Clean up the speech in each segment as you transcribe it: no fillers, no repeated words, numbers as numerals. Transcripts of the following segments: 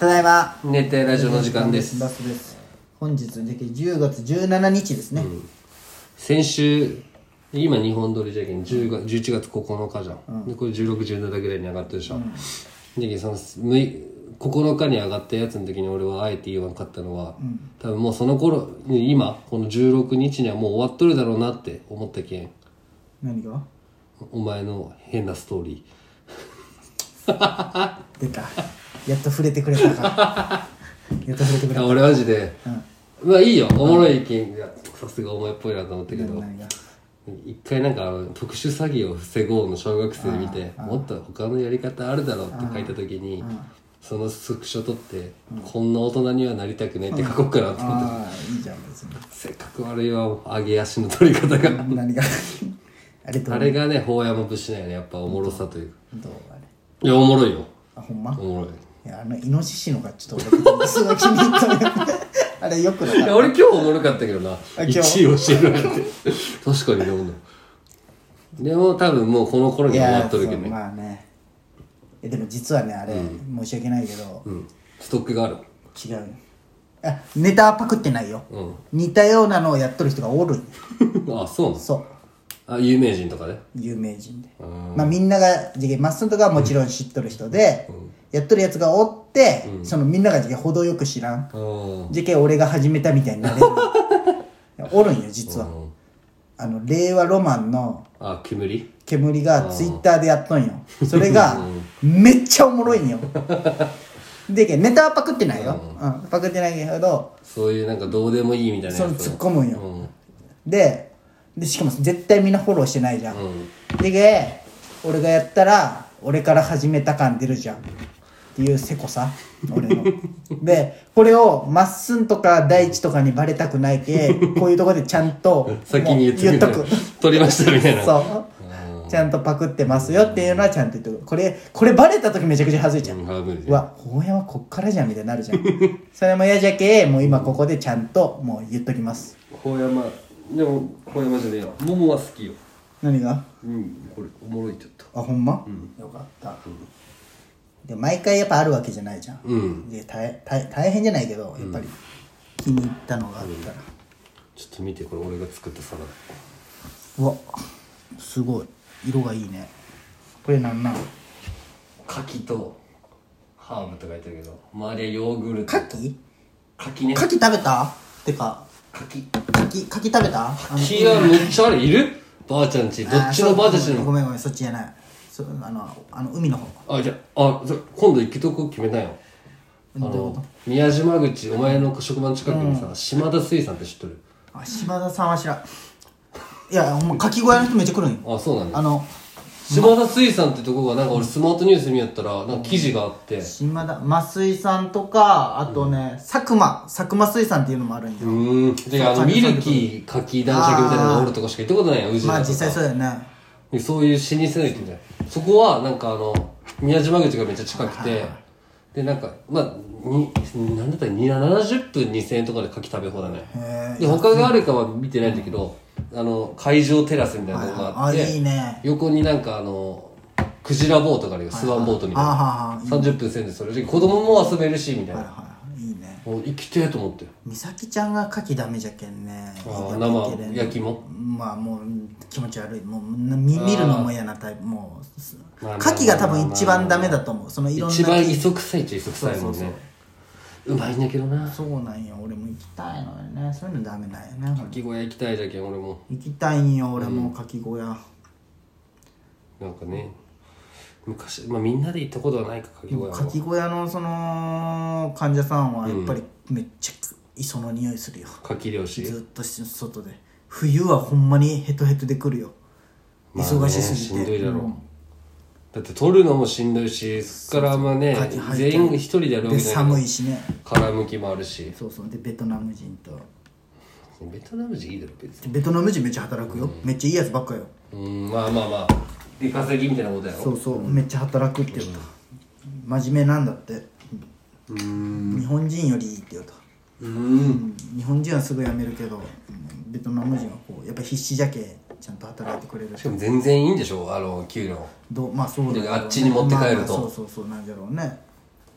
ただいま熱帯ラジオの時間です。 バスです。本日10月17日ですね、 先週今日本撮りじゃけん11月9日じゃん、でこれ16、17ぐらいに上がったでしょ、じゃけんその9日に上がったやつの時に俺はあえて言わんかったのは、多分もうその頃今この16日にはもう終わっとるだろうなって思ったけん。 何がお前の変なストーリー出た。やっと触れてくれたかやっと触れてくれた。 俺マジで、まあいいよ、おもろいけん、さすがお前っぽいなと思ったけど、一回なんか特殊詐欺を防ごうの小学生見て、もっと他のやり方あるだろうって書いた時に、そのスクショ撮って、こんな大人にはなりたくねって書こうかなと思って、 いいじゃん別に。 せっかく悪いわ、上げ足の取り方が何があれがね、法山節なんよね、やっぱおもろさというか。 どうあれ。 いや、おもろいよ。 あ、ほんま。 おもろい。 いや、イノシシのがちょっと俺すごい気に入ったねあれよくなかった。 いや、俺今日おもろかったけどな。1位教えられて確かにね。でも多分もうこの頃には終わっとるけどね。 まあね。でも実はね、あれ、申し訳ないけど、 ストックがある。 違うよ。あ、ネタパクってないよ、似たようなのをやっとる人がおるあ、そうなの。 そう。 あ、有名人とかね。 有名人で、まあみんながまっすんとかはもちろん知っとる人で、やっとるやつがおって、そのみんなが程よく知らん俺が始めたみたいになれるおるんよ実は。令和ロマンの煙がツイッターでやっとんよ。それがめっちゃおもろいんよネタはパクってないよ、パクってないけど、 そういうなんかどうでもいいみたいなやつその突っ込むんよ、でしかも絶対みんなフォローしてないじゃん、俺がやったら俺から始めた感出るじゃんっていうせこさ俺のでこれをまっすんとか大地とかにバレたくないけこういうとこでちゃんと先に言っとく取りましたみたいな。 そうちゃんとパクってますよっていうのはちゃんと言っとく。これバレた時めちゃくちゃ恥ずいじゃん、うわ法山こっからじゃんみたいになるじゃんそれも嫌じゃけもう今ここでちゃんともう言っときます。 法山でも法山じゃねえよ、桃は好きよ。 何がこれおもろいって言った。 あ、ほんま、よかった、で毎回やっぱあるわけじゃないじゃん、で大変じゃないけどやっぱり気に入ったのがあったら、 ちょっと見て、これ俺が作ったサラダ。 うわすごい色がいいね。これなんなん柿とハーブと書いてあるけど、周りはヨーグルト。柿ね。 柿食べたってか柿食べた。 柿はめっちゃあれいる。ばあちゃんちどっちのばあちゃんちの。 ごめんそっちじゃない、海の方。 じゃあ今度行くとこ決めたよ。宮島口、お前の職場の近くにさ、島田水産って知っとる。 島田さんは知らん。いやほんま柿小屋の人めっちゃ来るんよ。 そうなんだ。島田水産ってとこがなんか俺スマートニュース見やったらなんか記事があって、 島田増井さんとかあとね、佐久間水産っていうのもあるんよ。 でミルキー柿男爵みたいなのがおるとこしか行ったことないよ、宇治まあ実際そうだよね。 そういう老舗の人みたいな。そこはなんか宮島口がめっちゃ近くて、でなんかまあなんだったら70分2000円とかで柿食べ放題ね。で他があるかは見てないんだけど、海上テラスみたいなとこがあって、 いいね、 横になんかクジラボートがあるよ、スワンボートみたいな、30分1000円でそれで子供も遊べるしみたいな、いいね。もう生きてえと思って。 美咲ちゃんが牡蠣ダメじゃけんね。 生焼きもまあもう気持ち悪い、もう見るのも嫌なタイプ。もう牡蠣が多分一番ダメだと思う。そのいろんな一番磯臭いっちゃ磯臭いもんね。うまいんだけどな。 そうなんよ、俺も行きたいのよね。そういうのダメだよね。 牡蠣小屋行きたいじゃけん俺も。 行きたいんよ俺も牡蠣小屋。 なんかね、昔みんなで行ったことはないか、牡蠣小屋は。 牡蠣小屋のその患者さんはやっぱりめっちゃ磯の匂いするよ。 牡蠣漁師ずっと外で。冬はほんまにヘトヘトで来るよ、忙しすぎて。 しんどいだろう、だって取るのもしんどいし、そっから全員一人でやるわけじゃないけど、 寒いしね、 殻むきもあるし。 でベトナム人と。 ベトナム人いいだろ別に。 ベトナム人めっちゃ働くよ、めっちゃいいやつばっかよ。 まあ出稼ぎみたいなことやろ。 そう、めっちゃ働くって言った、真面目なんだって。日本人よりいいって言うと。日本人はすぐ辞めるけど、ベトナム人はこうやっぱ必死じゃけちゃんと働いてくれる。 しかも全然いいんでしょ、給料。 まあそうだよ、 あっちに持って帰ると、 そうなんじゃろうね。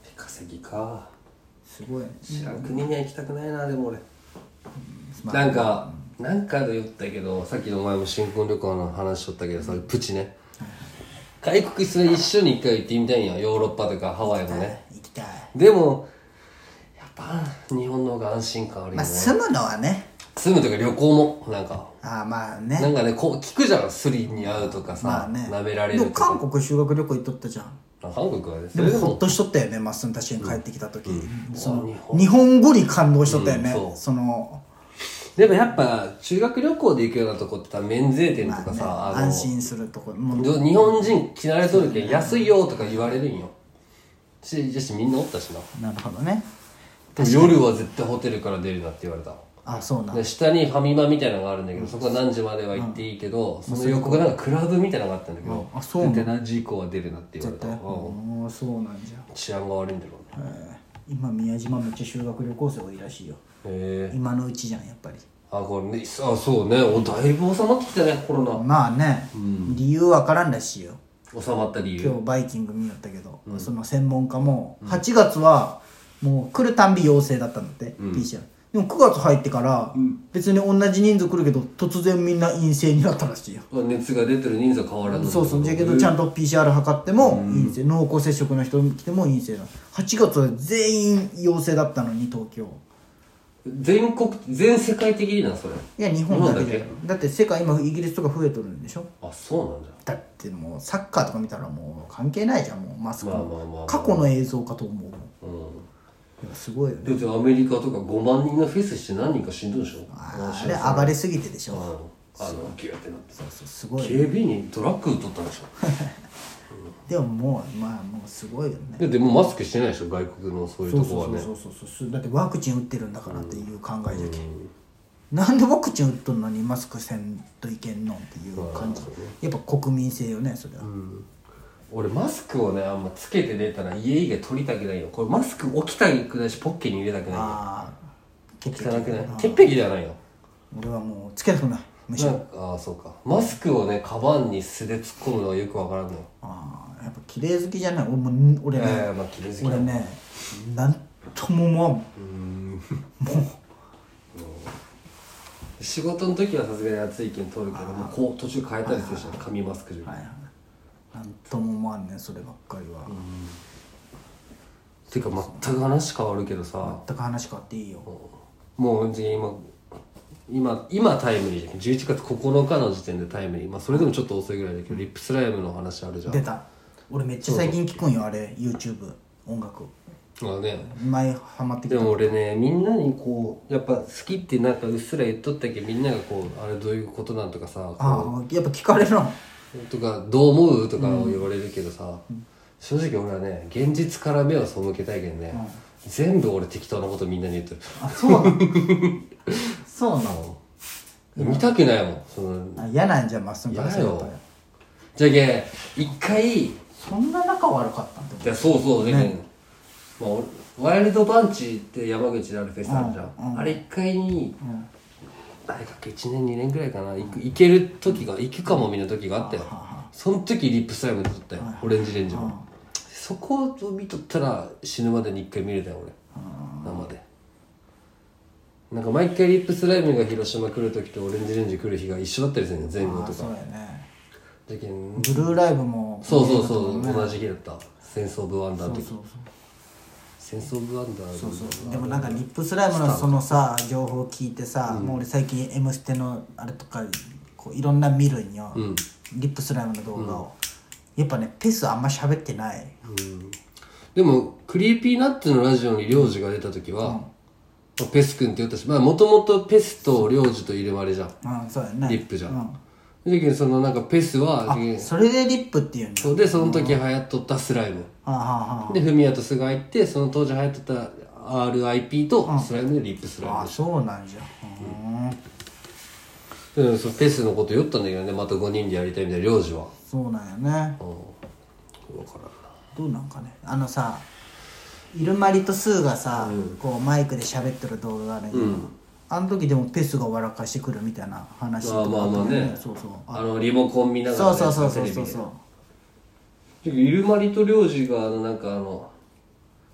出稼ぎかすごいね。 知らん国には行きたくないなでも俺、なんかで言ったけど、さっきの前も新婚旅行の話しとったけどさ、プチね、外国一緒に一回行ってみたいんや、ヨーロッパとかハワイもね。 行きたい。 でもやっぱ日本の方が安心感あるよね。 住むのはね、 住むとか旅行もなんかまあね、 なんかね、こう聞くじゃん、スリに会うとかさ、舐められるとか。 でも韓国修学旅行行っとったじゃん。 韓国はね、 でもほっとしとったよね、まっすんたちに帰ってきた時、その日本語に感動しとったよね、そのでもやっぱ修学旅行で行くようなとこって免税店とかさ、 安心するとこ、 日本人着慣れとるけん安いよとか言われるんよ。みんなおったしな。 なるほどね。 夜は絶対ホテルから出るなって言われた。 そうなん。 下にファミマみたいなのがあるんだけど、そこは何時までは行っていいけど、その横がなんかクラブみたいなのがあったんだけど、絶対何時以降は出るなって言われた。 そうなんじゃ。 治安が悪いんだろうね。 今宮島めっちゃ修学旅行生多いらしいよ。今のうちじゃんやっぱり。これね、 そうね、だいぶ収まってきたね、コロナ。 まあね、理由わからんらしいよ。 収まった理由。 今日バイキング見よったけど、その専門家も8月はもう来るたんび陽性だったんだって、PCR。でも9月入ってから別に同じ人数来るけど突然みんな陰性になったらしいよ。 熱が出てる人数は変わらず。 そうじゃけどちゃんと PCR 測っても陰性、濃厚接触の人来ても陰性だ。8月は全員陽性だったのに東京。 全世界的になそれ。 いや日本だけじゃだって世界今イギリスとか増えとるんでしょ。 そうなんだ。だってもうサッカーとか見たらもう関係ないじゃん、もうマスクも過去の映像かと思う。すごいよね。 だってアメリカとか5万人がフェスして何人か死んだでしょ。 あれ暴れすぎてでしょ。 ギューってなって。 そうすごい。 警備員にドラッグ取ったんでしょ。 でももうすごいよね。 でもマスクしてないでしょ、外国のそういうとこはね。 そうだってワクチン打ってるんだからっていう考えじゃけ、なんでワクチン打っとんのにマスクせんといけんのっていう感じ。やっぱ国民性よねそれは。 俺マスクをねあんまつけて出たら家以外取りたくないよ。これマスク置きたくないしポッケに入れたくないよ。汚くない。潔癖ではないよ。俺はもうつけたくない。むしろそうか。マスクをねカバンに素で突っ込むのはよくわからんのよ。 やっぱ綺麗好きじゃない。俺ね、俺ねなんとも思わんもう仕事の時はさすがに暑いけん取るけどもこう途中変えたりするし、紙マスクで。 なんとも思わんねそればっかりは。 てか全く話変わるけどさ。 全く話変わっていいよ。 もう今タイムリーじゃん。11月9日の時点でタイムリー。それでもちょっと遅いぐらいだけど、リップスライムの話あるじゃん。 出た。俺めっちゃ最近聞くんよあれ YouTube 音楽。前ハマってきた。 でも俺ねみんなにこうやっぱ好きってなんかうっすら言っとったけど、みんながこうあれどういうことなんとかさ、 やっぱ聞かれるのとかどう思うとか言われるけどさ、正直俺はね現実から目を背けたいけどね、全部俺適当なことみんなに言ってる。 そうなのそうなの。 見たくないもんその。 嫌なんじゃまっすぐからよ。じゃけ一回そんな仲悪かったんいやそうね。ワイルドパンチって山口であるフェスあるじゃん。あれ1回に大学1年2年ぐらいかな行ける時が行くかもみたいな時があったよ。その時リップスライムで撮ったよ、オレンジレンジも。そこを見とったら死ぬまでに1回見れたよ俺生で。なんか毎回リップスライムが広島来る時とオレンジレンジ来る日が一緒だったりするの前後とか。 そうやね。 ブルーライブもそう同じ日だった。センスオブワンダーの時。センスオブワンダーでもなんかリップスライムのそのさ情報を聞いてさ、もう俺最近「M ステ」のあれとかこういろんな見るんよ、リップスライムの動画を、やっぱねペスあんま喋ってない、 でもクリーピーナッツのラジオに領事が出た時は、ペス君って言ったし、もともとペスと領事と入れ割れじゃん、 そうやね、 リップじゃん、だけどそのなんかペスはそれでリップっていうんだ。 そうでその時流行っとったスライムでフミヤと菅井ってその当時流行っとった RIP とスライムでリップスライムでした。 そうなんじゃ。 そのペスのこと言ったんだけどね、また5人でやりたいみたいな領事は。 そうなんよね。 分からんな。 どうなんかね、さイルマリとスーがさ、こうマイクで喋ってる動画があるんよ、あの時でもペスが笑かしてくるみたいな話とかね。リモコン見ながらね。そうイルマリと領事がなんか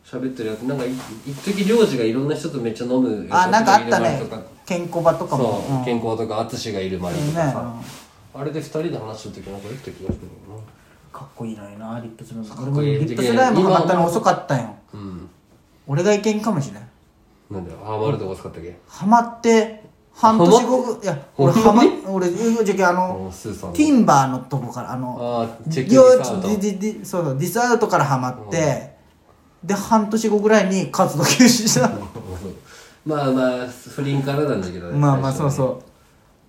喋ってるやつなんか一時領事がいろんな人とめっちゃ飲むあ、なんかあったね。ケンコバとかも。 そう、健康とか淳がいる前とかさ、 ね、 あれで2人で話してる時なんかできた気がするよな。かっこいいのにな、リップスライム。俺もリップスライムハマったの遅かったんよ。うん。俺がいけんかもしれない。 なんだよ、ハマるとこ遅かったっけ？ ハマって半年後、いや、俺じゃけティンバーのとこからチェックそうそう、ディスアウトからハマって、で半年後ぐらいに活動休止したまあまあ不倫からなんだけどね。 まあまあそうそう、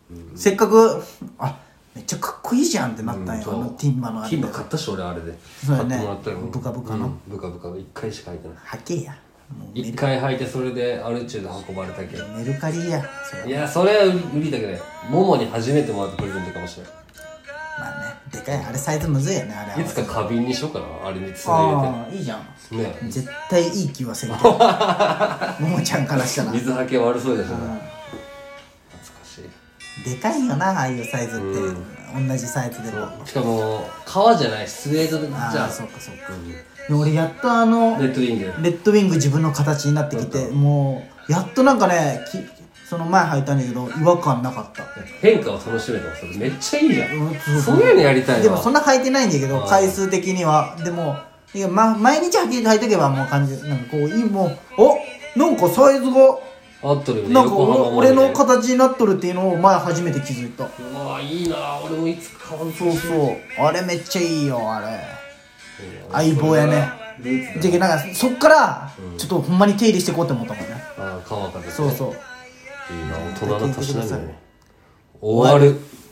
せっかくめっちゃかっこいいじゃんってなったんよ、ティンバのあれティンバ買ったし俺あれでそうやね、ブカブカのブカブカ1回しか履いてないはけや 1回履いてそれでアルチューで運ばれたけどメルカリやいやそれは売りだけどねモモに初めてもらったプレゼントかもしれないまあねでかいあれサイズむずいよねあれいつか花瓶にしようかなあれにつないでていいじゃんね絶対いい気はせんけどももちゃんからしたら水はけ悪そうですよね懐かしいでかいよなああいうサイズって、同じサイズでもしかも革じゃないスウェードじゃんそうかそうか、で俺やっとレッドウィング自分の形になってきてもうやっとなんかねその前履いたんだけど違和感なかった変化を楽しめてますめっちゃいいじゃん、そういうのやりたいなでもそんな履いてないんだけど回数的にはでもいや、毎日履いてけばもう感じなんかこうもうなんかサイズが合っとるよねなんか俺の形になっとるっていうのを前初めて気づいたうわいいな俺もいつか買うそうあれめっちゃいいよあれ相棒やねじゃなんかそっからちょっとほんまに手入れしていこうって思ったもんねああ川かでそういいな大人の年なんだよね終わる